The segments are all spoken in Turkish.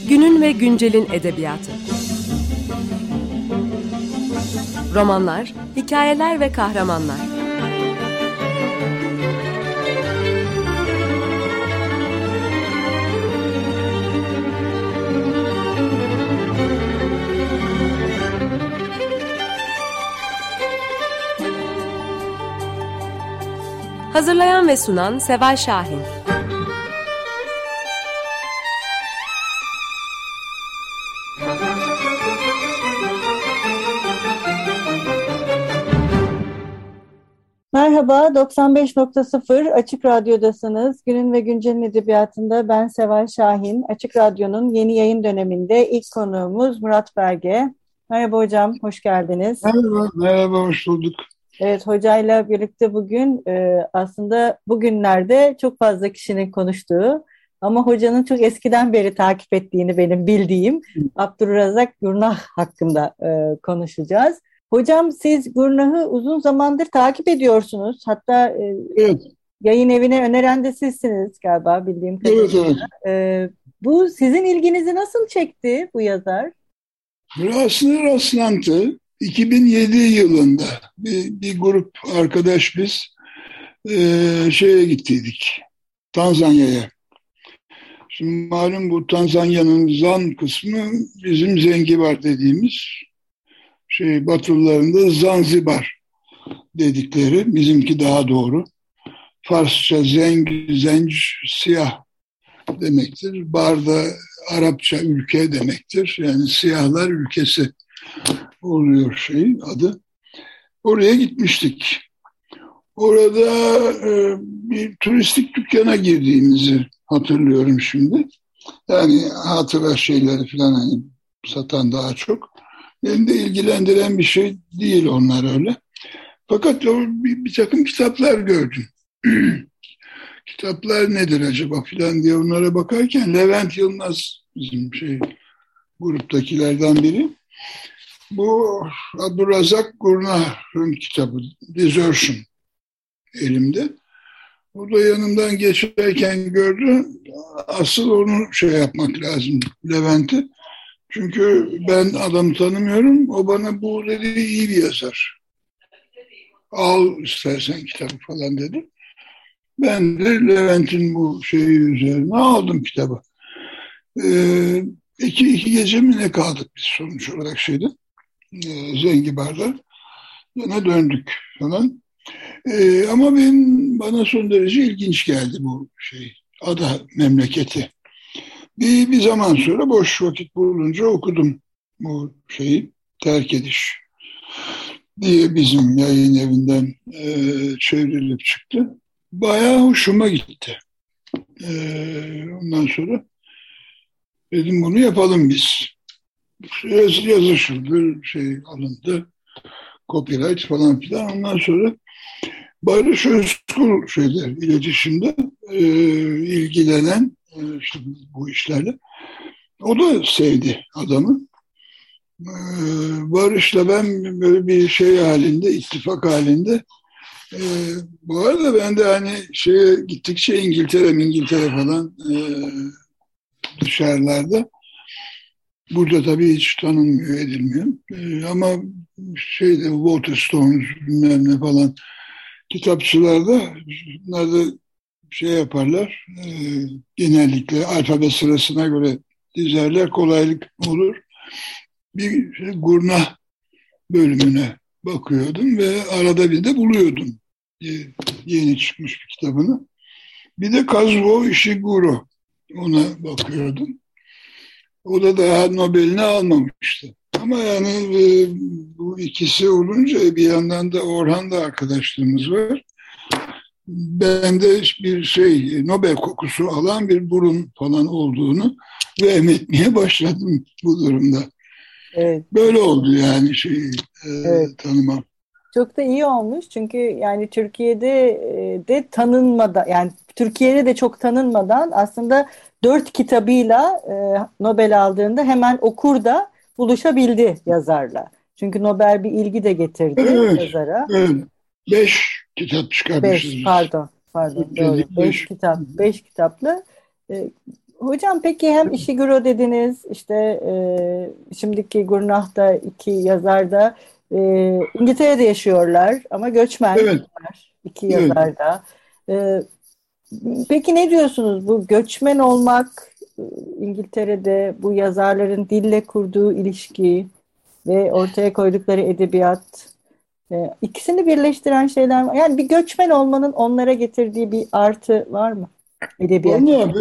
Günün ve güncelin edebiyatı. Romanlar, hikayeler ve kahramanlar. Hazırlayan ve sunan Seval Şahin. Merhaba, 95.0 Açık Radyo'dasınız. Günün ve Güncel'in edebiyatında ben Seval Şahin. Açık Radyo'nun yeni yayın döneminde ilk konuğumuz Murat Belge. Merhaba hocam, hoş geldiniz. Merhaba, hoş bulduk. Evet, hocayla birlikte bugün aslında bugünlerde çok fazla kişinin konuştuğu ama hocanın çok eskiden beri takip ettiğini benim bildiğim Abdurrazak Gurnah hakkında konuşacağız. Hocam siz Gurnah'ı uzun zamandır takip ediyorsunuz. Hatta Evet. Yayın evine öneren de sizsiniz galiba bildiğim kadarıyla. Evet. Bu sizin ilginizi nasıl çekti bu yazar? Aslında rastlantı. 2007 yılında bir grup arkadaş biz şeye gittiydik. Tanzanya'ya. Şimdi malum bu Tanzanya'nın Zan kısmı bizim Zengibar dediğimiz Batılılarında Zanzibar dedikleri, bizimki daha doğru. Farsça zenc, siyah demektir. Bar da Arapça ülke demektir. Yani siyahlar ülkesi oluyor adı. Oraya gitmiştik. Orada bir turistik dükkana girdiğimizi hatırlıyorum şimdi. Yani hatıra şeyleri falan hani satan daha çok. Beni de ilgilendiren bir şey değil onlar öyle. Fakat bir takım kitaplar gördüm. Kitaplar nedir acaba filan diye onlara bakarken Levent Yılmaz bizim gruptakilerden biri. Bu Abdurrazak Gurnah'ın kitabı Desertion elimde. O da yanımdan geçerken gördü. Asıl onu yapmak lazım Levent'i. Çünkü ben adamı tanımıyorum. O bana bu dedi iyi bir yazar. Al istersen kitabı falan dedi. Ben de Levent'in bu üzerine aldım kitabı. İki gece mi ne kaldık biz sonuç olarak Zengibar'da. Yine döndük falan. Ama bana son derece ilginç geldi bu ada memleketi. Bir zaman sonra boş vakit bulunca okudum bu Terk Ediş diye bizim yayın evinden çevrilip çıktı. Bayağı hoşuma gitti. Ondan sonra dedim bunu yapalım biz. Yazışıldı, alındı, copyright falan filan. Ondan sonra Barış Özkul iletişimde ilgilenen bu işlerle. O da sevdi adamı. Barış'la ben böyle bir halinde, ittifak halinde. Bu arada ben de hani gittikçe İngiltere falan dışarılarda. Burada tabii hiç tanınmıyor, edilmiyor. Ama Waterstones bilmem ne falan kitapçılarda bunlar da yaparlar. Genellikle alfabe sırasına göre dizerler, kolaylık olur. Bir Gurnah bölümüne bakıyordum ve arada bir de buluyordum yeni çıkmış bir kitabını. Bir de Kazuo Ishiguro, ona bakıyordum. O da daha Nobel'ini almamıştı. Ama yani bu ikisi olunca bir yandan da Orhan'da arkadaşlığımız var. Bende bir Nobel kokusu alan bir burun falan olduğunu vehmetmeye başladım bu durumda. Evet. Böyle oldu yani evet. Tanımam. Çok da iyi olmuş çünkü yani Türkiye'de de tanınmadan, yani Türkiye'de de çok tanınmadan aslında 4 kitabıyla Nobel aldığında hemen okur da buluşabildi yazarla. Çünkü Nobel bir ilgi de getirdi yazara. Evet. 5 kitap çıkarmışız. 5 pardon doğru. 5 kitaplı. Hocam peki hem Ishiguro dediniz, işte şimdiki Gurnah'ta iki yazar da İngiltere'de yaşıyorlar ama göçmen Evet, iki evet. yazar da. E, peki ne diyorsunuz bu göçmen olmak, İngiltere'de bu yazarların dille kurduğu ilişki ve ortaya koydukları edebiyat, ikisini birleştiren şeyler var. Yani bir göçmen olmanın onlara getirdiği bir artı var mı edebiyat? Vallahi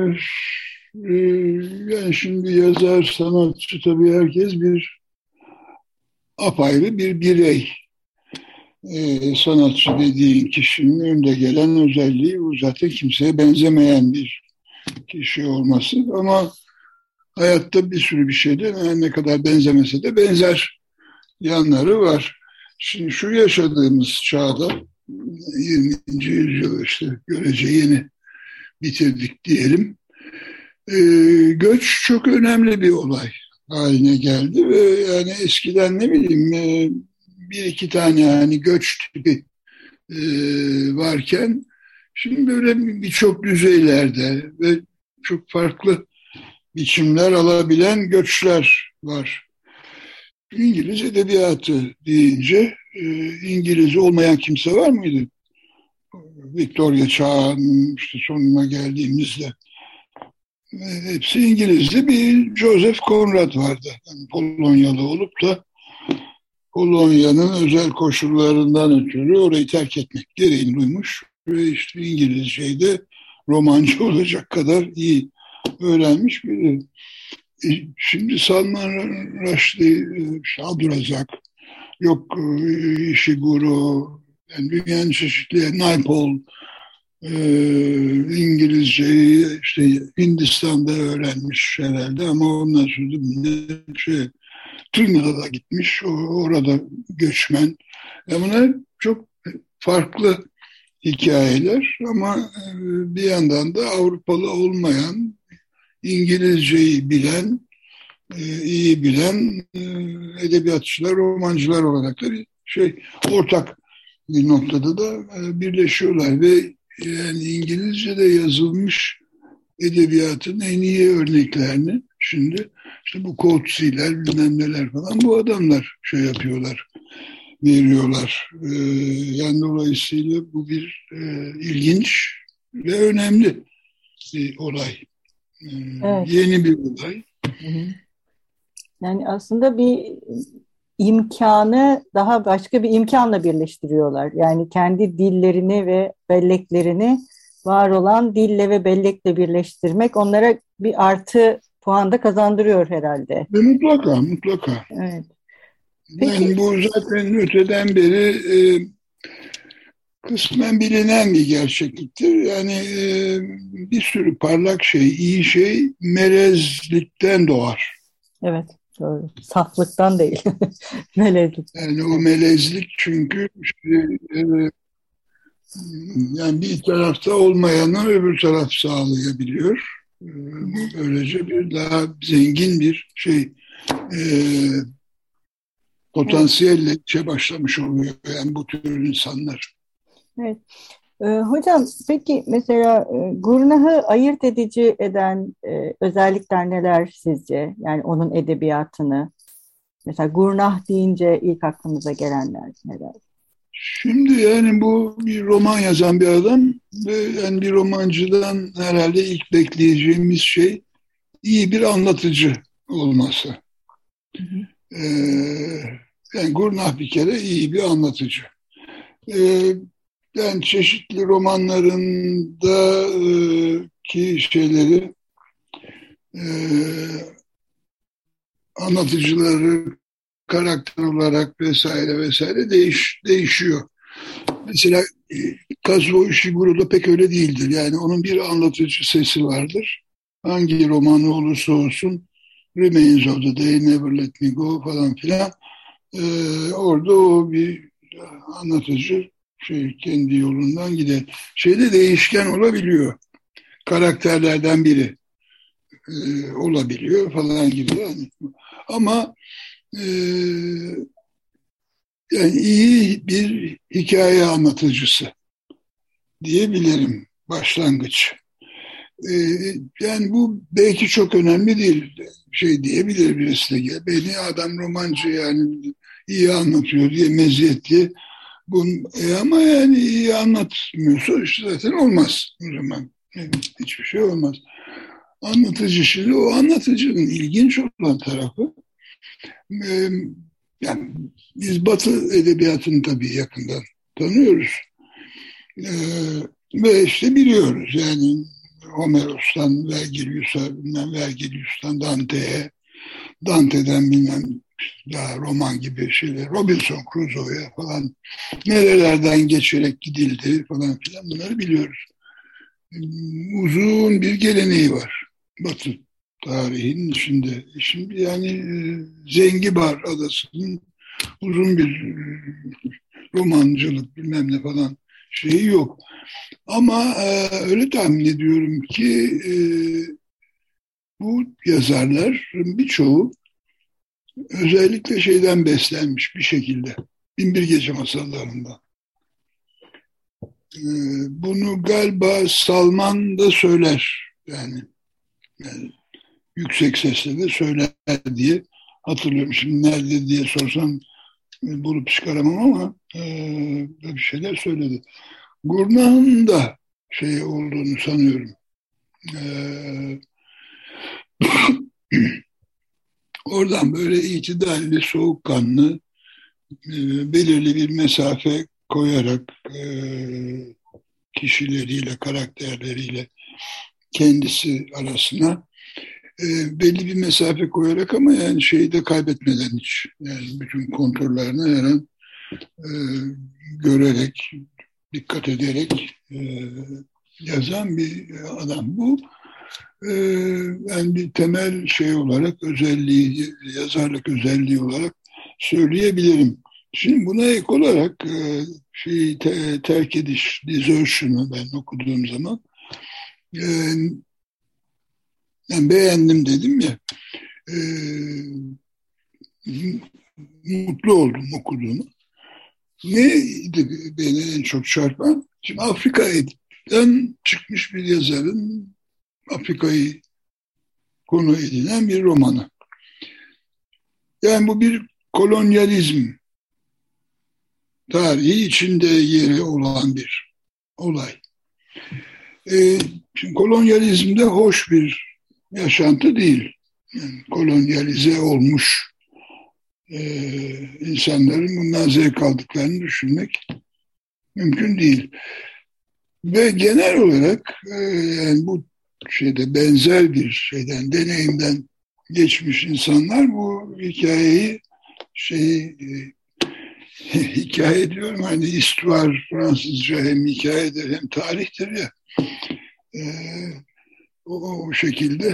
yani şimdi yazar, sanatçı tabii herkes bir apayrı bir birey. Sanatçı dediğin kişinin önde gelen özelliği bu zaten kimseye benzemeyen bir kişi olması. Ama hayatta bir sürü bir şeyde ne kadar benzemese de benzer yanları var. Şimdi şu yaşadığımız çağda 20. yüzyıl işte görece yeni bitirdik diyelim. Göç çok önemli bir olay haline geldi ve yani eskiden ne bileyim bir iki tane yani göç tipi e, varken şimdi böyle birçok düzeylerde ve çok farklı biçimler alabilen göçler var. İngiliz edebiyatı deyince İngiliz olmayan kimse var mıydı? Victoria çağının işte sonuna geldiğimizde hepsi İngilizdi. Bir Joseph Conrad vardı. Yani Polonyalı olup da Polonya'nın özel koşullarından ötürü orayı terk etmek gereğini duymuş ve işte İngilizceyi de romancı olacak kadar iyi öğrenmiş biri. Şimdi Salman Rushdie, Abdülrazak, yok Ishiguro, yani dünyanın çeşitli Naipaul, İngilizceyi işte Hindistan'da öğrenmiş herhalde ama ondan sonra Trinidad'a gitmiş, orada göçmen. Bunlar çok farklı hikayeler ama bir yandan da Avrupalı olmayan, İngilizceyi bilen, iyi bilen edebiyatçılar, romancılar olarak da bir ortak bir noktada da birleşiyorlar ve yani İngilizce'de yazılmış edebiyatın en iyi örneklerini şimdi işte bu Coetzee'ler bilmem neler falan bu adamlar yapıyorlar, veriyorlar. Yani dolayısıyla bu bir ilginç ve önemli bir olay. Evet. Yeni bir olay. Hı hı. Yani aslında bir imkanı daha başka bir imkanla birleştiriyorlar. Yani kendi dillerini ve belleklerini var olan dille ve bellekle birleştirmek onlara bir artı puan da kazandırıyor herhalde. Ve mutlaka, mutlaka. Evet. Peki, Yani bu zaten öteden beri kısmen bilinen bir gerçekliktir. Yani bir sürü parlak şey, iyi şey melezlikten doğar. evet, doğru. Saflıktan değil, melezlikten. Yani o melezlik çünkü işte, yani bir tarafta olmayanı öbür taraf sağlayabiliyor. Böylece bir daha zengin bir e, Evet, potansiyelle başlamış oluyor yani bu tür insanlar. evet. Hocam, peki mesela Gurnah'ı ayırt edici eden özellikler neler sizce? Yani onun edebiyatını. Mesela Gurnah deyince ilk aklımıza gelenler neler? Şimdi yani bu bir roman yazan bir adam ve yani bir romancıdan herhalde ilk bekleyeceğimiz şey iyi bir anlatıcı olması. Hı hı. Yani Gurnah bir kere iyi bir anlatıcı. Ee, Yani çeşitli romanlarında ki e, anlatıcıları karakter olarak vesaire vesaire değişiyor. Mesela Kazuo Ishiguro'da pek öyle değildir. Yani onun bir anlatıcı sesi vardır. Hangi romanı olursa olsun Remains of the Day, Never Let Me Go falan filan. Orada o bir anlatıcı kendi yolundan gider. Şeyde değişken olabiliyor. Karakterlerden biri olabiliyor falan gibi yani. Ama e, yani iyi bir hikaye anlatıcısı diyebilirim başlangıç. Yani bu belki çok önemli değil. Şey diyebilir birisi de, beni adam romancı yani iyi anlatıyor diye, meziyet diye. Ama yani iyi anlatmıyorsa işte zaten olmaz o zaman. Yani hiçbir şey olmaz. Anlatıcı, şimdi o anlatıcının ilginç olan tarafı, yani biz Batı edebiyatını tabii yakından tanıyoruz. Ve işte biliyoruz yani Homeros'tan Vergilius'tan Dante'ye, Dante'den bilmem daha roman gibi şeyler, Robinson Crusoe'ya falan nerelerden geçerek gidildi falan filan, bunları biliyoruz. Uzun bir geleneği var Batı tarihinin içinde. Şimdi yani Zengibar Adası'nın uzun bir romancılık bilmem ne falan şeyi yok. Ama öyle tahmin ediyorum ki bu yazarların birçoğu özellikle şeyden beslenmiş bir şekilde. Binbir Gece masallarında. Bunu galiba Salman da söyler. Yani yüksek sesle de söyler diye hatırlıyorum. Şimdi nerede diye sorsam bulup çıkaramam ama bir şeyler söyledi. Gurnah'ın da şey olduğunu sanıyorum. Oradan böyle itidalli, soğukkanlı, belirli bir mesafe koyarak kişileriyle, karakterleriyle kendisi arasına belli bir mesafe koyarak ama yani şeyi de kaybetmeden hiç. Yani bütün konturlarını her an görerek, dikkat ederek yazan bir adam bu. Yani bir temel şey olarak özelliği, yazarlık özelliği olarak söyleyebilirim. Şimdi buna ek olarak terk ediş, desertion'ı ben okuduğum zaman ben beğendim dedim ya, mutlu oldum okuduğumu. Neydi beni en çok çarpan? Şimdi Afrika'dan çıkmış bir yazarın Afrika'yı konu edinen bir romanı. Yani bu bir kolonyalizm tarihi içinde yeri olan bir olay. Şimdi kolonyalizm de hoş bir yaşantı değil. Yani kolonyalize olmuş insanların bundan zevk aldıklarını düşünmek mümkün değil. Ve genel olarak yani bu şeyde benzer bir şeyden, deneyimden geçmiş insanlar bu hikayeyi hikaye diyorum, hani histoire Fransızca hem hikayedir hem tarihtir ya, o şekilde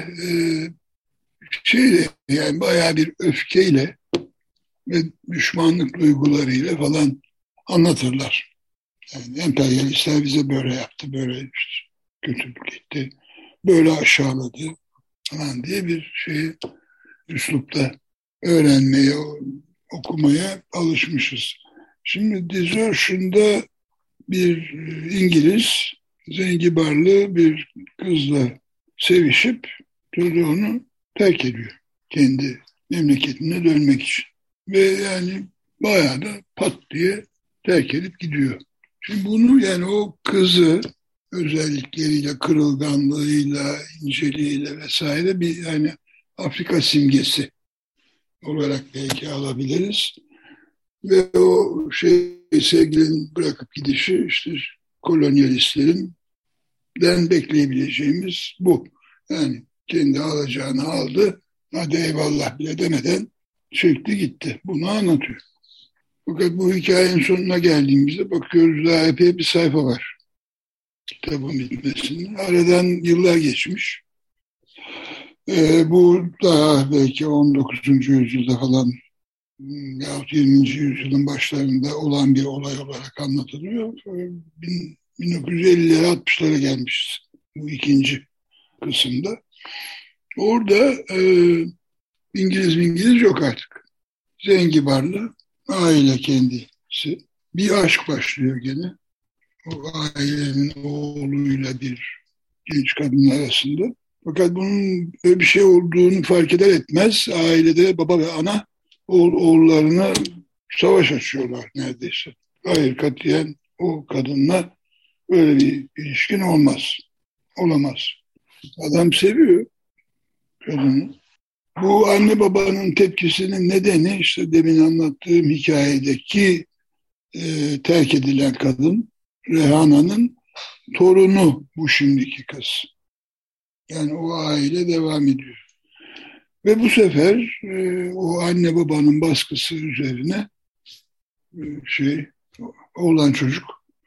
yani bayağı bir öfkeyle ve düşmanlık duygularıyla falan anlatırlar. Yani emperyalistler bize böyle yaptı, böyle işte kötülük etti, böyle aşağıladı falan diye bir üslupta öğrenmeye, okumaya alışmışız. Şimdi Desertion'da bir İngiliz zengibarlı bir kızla sevişip sonra onu terk ediyor kendi memleketine dönmek için. Ve yani bayağı da pat diye terk edip gidiyor. Şimdi bunu yani o kızı özellikleriyle, kırılganlığıyla, inceliğiyle vesaire bir yani Afrika simgesi olarak belki alabiliriz. Ve o sevgilinin bırakıp gidişi işte kolonyalistlerin bekleyebileceğimiz bu. Yani kendi alacağını aldı, hadi eyvallah bile demeden çekti gitti. Bunu anlatıyor. Fakat bu hikayenin sonuna geldiğimizde bakıyoruz daha epey bir sayfa var kitabın bitmesinde. Aradan yıllar geçmiş. Bu daha belki 19. yüzyılda falan yahut 20. yüzyılın başlarında olan bir olay olarak anlatılıyor. 1950'lere 60'lara gelmişiz bu ikinci kısımda. Orada İngiliz yok artık. Zengibarlı aile kendisi. Bir aşk başlıyor gene. O ailenin oğluyla bir genç kadınlar arasında. Fakat bunun böyle bir şey olduğunu fark eder etmez ailede baba ve ana oğullarına savaş açıyorlar neredeyse. Hayır, katiyen o kadınla böyle bir ilişkin olmaz. Olamaz. Adam seviyor kadını. Bu anne babanın tepkisinin nedeni işte demin anlattığım hikayedeki terk edilen kadın Rehana'nın torunu bu şimdiki kız. Yani o aile devam ediyor. Ve bu sefer o anne babanın baskısı üzerine oğlan çocuk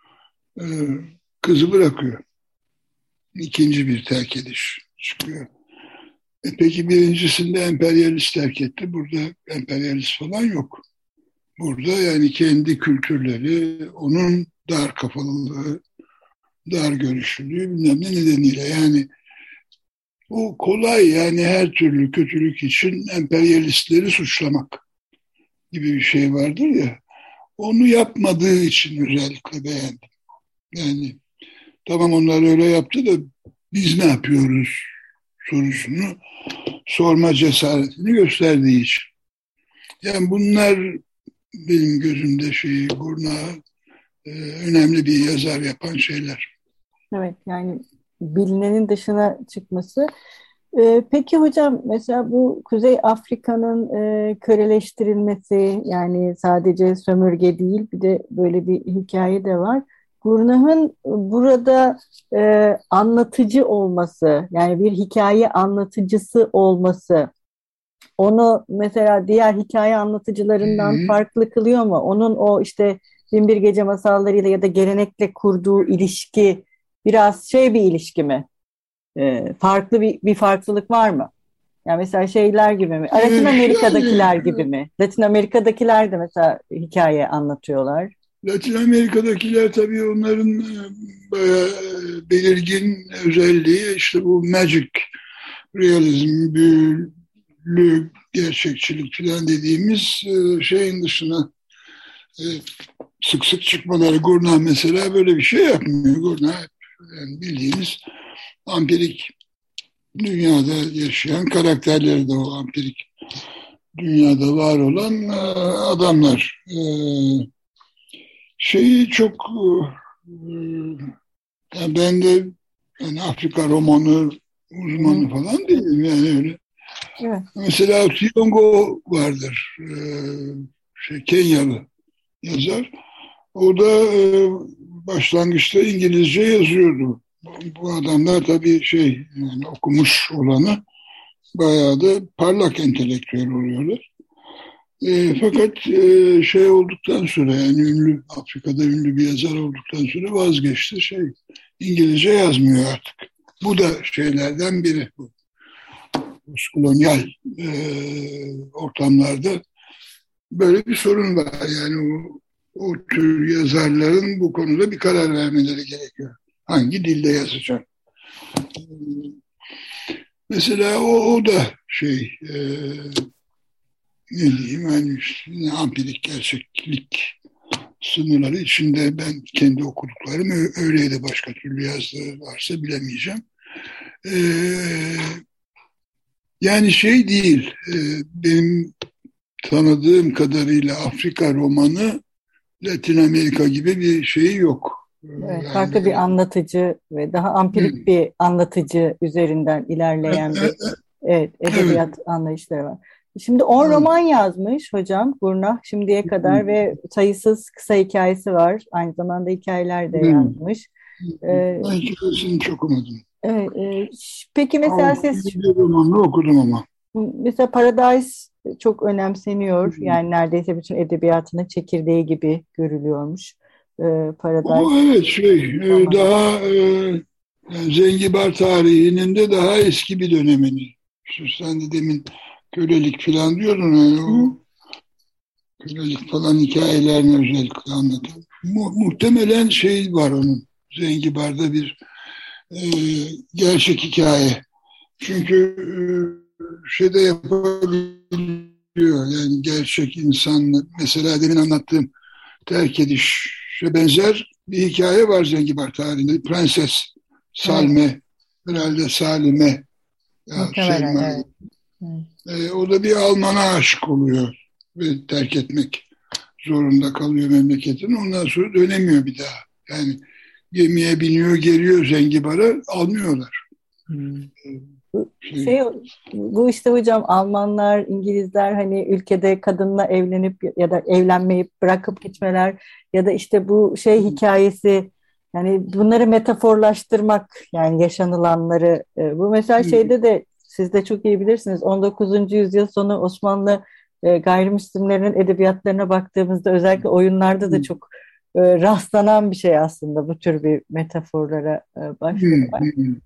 kızı bırakıyor. İkinci bir terk ediş çıkıyor. Peki birincisinde emperyalist terk etti. Burada emperyalist falan yok. Burada yani kendi kültürleri, onun dar kafalılığı, dar görüşlülüğü bilmem ne nedeniyle yani o kolay yani her türlü kötülük için emperyalistleri suçlamak gibi bir şey vardır ya. Onu yapmadığı için özellikle beğendim. Yani tamam onlar öyle yaptı da biz ne yapıyoruz sorusunu sorma cesaretini gösterdiği için. Yani bunlar benim gözümde Gurnah'ı önemli bir yazar yapan şeyler. Evet, yani bilinenin dışına çıkması. Peki hocam, mesela bu Kuzey Afrika'nın köleleştirilmesi, yani sadece sömürge değil, bir de böyle bir hikaye de var. Gurnah'ın burada anlatıcı olması, yani bir hikaye anlatıcısı olması, onu mesela diğer hikaye anlatıcılarından farklı kılıyor mu? Onun o işte Binbir Gece masallarıyla ya da gelenekle kurduğu ilişki biraz bir ilişki mi? Farklı bir farklılık var mı? Yani mesela şeyler gibi mi? Latin Amerika'dakiler gibi mi? Latin Amerika'dakiler de mesela hikaye anlatıyorlar. Latin Amerika'dakiler tabii onların bayağı belirgin özelliği işte bu magic realizm, büyülü gerçekçilik falan dediğimiz şeyin dışına sık sık çıkmaları. Gurnah mesela böyle bir şey yapmıyor. Gurnah yani bildiğimiz ampirik dünyada yaşayan karakterleri de o ampirik dünyada var olan adamlar. Çok yani ben de yani Afrika romanı uzmanı falan değilim yani öyle. Evet. Mesela Thiongo vardır. Kenyalı yazar. O da başlangıçta İngilizce yazıyordu. Bu adamlar tabii yani okumuş olanı bayağı da parlak entelektüel oluyorlar. Fakat olduktan sonra yani Afrika'da ünlü bir yazar olduktan sonra vazgeçti. İngilizce yazmıyor artık. Bu da şeylerden biri. Bu kolonyal ortamlarda böyle bir sorun var. Yani o tür yazarların bu konuda bir karar vermeleri gerekiyor. Hangi dilde yazacak? Mesela o da ne diyeyim yani ampirik gerçeklik sınırları içinde ben kendi okuduklarım öyleydi, başka türlü yazdığı varsa bilemeyeceğim. Yani değil, benim tanıdığım kadarıyla Afrika romanı Latin Amerika gibi bir şeyi yok. Evet, yani farklı bir anlatıcı ve daha ampirik bir anlatıcı üzerinden ilerleyen bir edebiyat anlayışları var. Şimdi 10 roman yazmış hocam Gurnah şimdiye kadar ve sayısız kısa hikayesi var. Aynı zamanda hikayeler de yazmış. Ben hikayesini çok okumadım. Peki mesela siz... Bir romanını okudum ama. Mesela Paradise çok önemseniyor. Yani neredeyse bütün edebiyatının çekirdeği gibi görülüyormuş. Paradise. Evet daha Zengibar tarihinin de daha eski bir dönemini. Sen de demin kölelik falan diyordun. Yani o kölelik falan hikayelerini özellikle anlatıyor. Muhtemelen var onun. Zengibar'da bir gerçek hikaye. Çünkü yapabiliyor. Yani gerçek insan, mesela demin anlattığım terk edişe benzer bir hikaye var Zengibar tarihinde. Prenses Salme Herhalde Salim'e ya Muhtemelen, Selma. evet. O da bir Alman'a aşık oluyor ve terk etmek zorunda kalıyor memleketini. Ondan sonra dönemiyor bir daha. Yani gemiye biniyor, geliyor Zengibar'a, almıyorlar. Hmm. Şey, bu işte hocam Almanlar, İngilizler hani ülkede kadınla evlenip ya da evlenmeyip bırakıp gitmeler ya da işte bu şey hikayesi, yani bunları metaforlaştırmak, yani yaşanılanları, bu mesela şeyde de siz de çok iyi bilirsiniz, 19. yüzyıl sonu Osmanlı gayrimüslimlerin edebiyatlarına baktığımızda özellikle oyunlarda da çok rastlanan bir şey aslında, bu tür bir metaforlara başvurmak.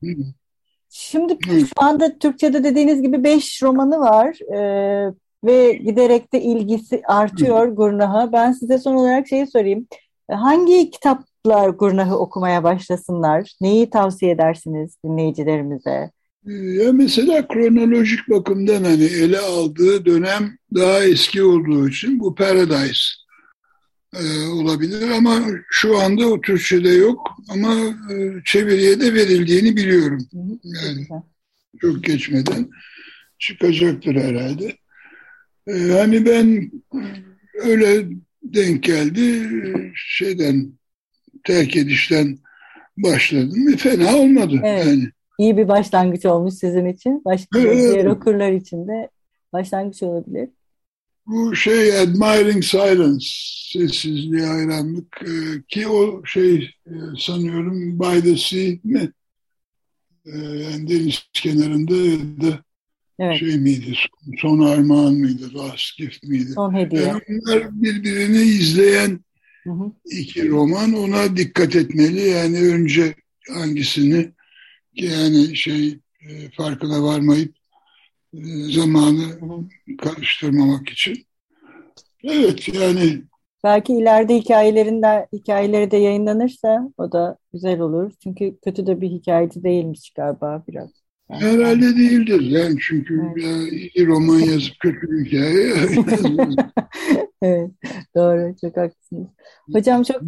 Şimdi şu anda Türkçe'de dediğiniz gibi 5 romanı var ve giderek de ilgisi artıyor Gurnah'a. Ben size son olarak şeyi sorayım. Hangi kitaplar Gurnah'ı okumaya başlasınlar? Neyi tavsiye edersiniz dinleyicilerimize? Ya mesela kronolojik bakımdan hani ele aldığı dönem daha eski olduğu için bu Paradise olabilir ama şu anda o Türkçe'de yok ama çeviriye de verildiğini biliyorum. Yani çok geçmeden çıkacaktır herhalde. Hani ben öyle denk geldi şeyden terk edişten başladım ve fena olmadı Evet. yani. İyi bir başlangıç olmuş sizin için. Başka diğer okurlar için de başlangıç olabilir. Bu şey Admiring Silence, sessizliğe hayranlık ki o şey sanıyorum By the Sea mi? Yani deniz kenarında ya da evet. Şey miydi? Son armağan mıydı? Last Gift miydi? Son hediye. Yani onlar birbirini izleyen iki roman, ona dikkat etmeli. Yani önce hangisini yani şey farkına varmayıp zamanı karıştırmamak için. Evet yani. Belki ileride hikayeleri de yayınlanırsa o da güzel olur. Çünkü kötü de bir hikayeci değilmiş galiba biraz. Yani, herhalde değildir yani çünkü evet. İyi roman yazıp kötü bir hikaye yazmaz. Evet, doğru, çok haklısınız. Hocam çok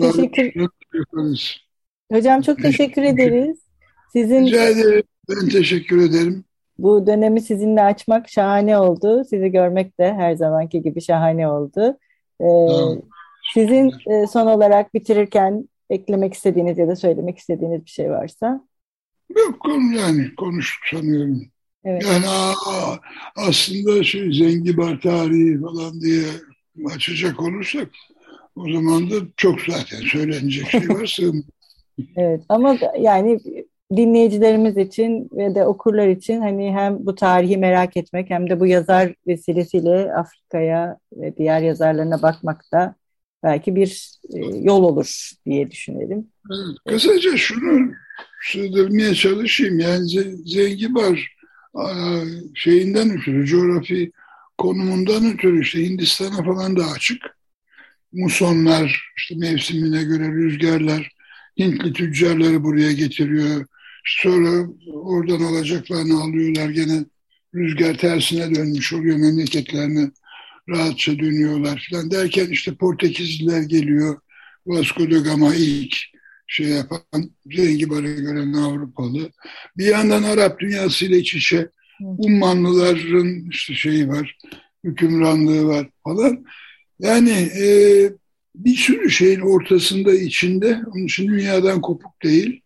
teşekkür ederiz. Rica ederim. Ben teşekkür ederim. Bu dönemi sizinle açmak şahane oldu. Sizi görmek de her zamanki gibi şahane oldu. Sizin son olarak bitirirken eklemek istediğiniz ya da söylemek istediğiniz bir şey varsa? Yok, yani konuştuk sanıyorum. Evet. Yani aslında Zengibar tarihi falan diye açacak olursak o zaman da çok zaten söylenecek şey var. Evet, ama yani dinleyicilerimiz için ve de okurlar için hani hem bu tarihi merak etmek hem de bu yazar vesilesiyle Afrika'ya ve diğer yazarlarına bakmak da belki bir yol olur diye düşünelim. Evet, kısaca şunu sığdırmaya çalışayım. Yani Zengibar şeyinden ötürü, coğrafi konumundan ötürü işte Hindistan'a falan da açık. Musonlar, işte mevsimine göre rüzgarlar, Hintli tüccarları buraya getiriyor. Sonra oradan alacaklarını alıyorlar, gene rüzgar tersine dönmüş oluyor, memleketlerine rahatça dönüyorlar falan derken işte Portekizliler geliyor. Vasco da Gama ilk şey yapan, Zengibar'ı gören Avrupalı. Bir yandan Arap dünyasıyla iç içe Ummanlıların işte şeyi var, hükümranlığı var falan. Yani bir sürü şeyin ortasında, içinde, onun için dünyadan kopuk değil.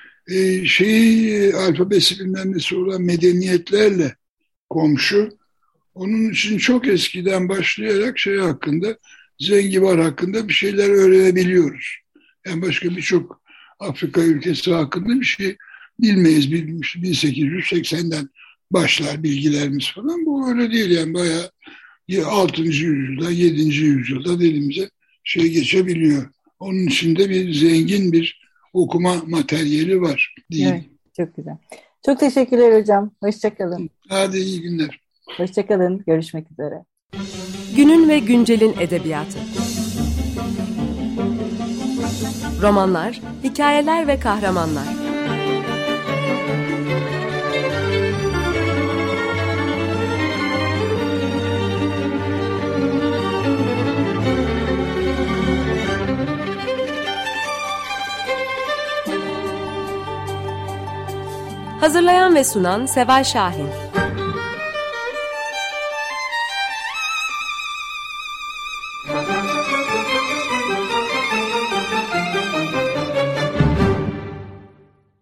Alfabesi bilmem nesi olan medeniyetlerle komşu. Onun için çok eskiden başlayarak şey hakkında, Zengibar hakkında bir şeyler öğrenebiliyoruz. Yani başka birçok Afrika ülkesi hakkında bir şey bilmeyiz. 1880'den başlar bilgilerimiz falan. Bu öyle değil yani, bayağı 6. yüzyılda, 7. yüzyılda elimize şey geçebiliyor. Onun içinde bir zengin bir okuma materyali var diyeyim. Evet, çok güzel. Çok teşekkürler hocam. Hoşçakalın. Hadi iyi günler. Hoşçakalın. Görüşmek üzere. Günün ve güncelin edebiyatı. Romanlar, hikayeler ve kahramanlar. Hazırlayan ve sunan Seval Şahin.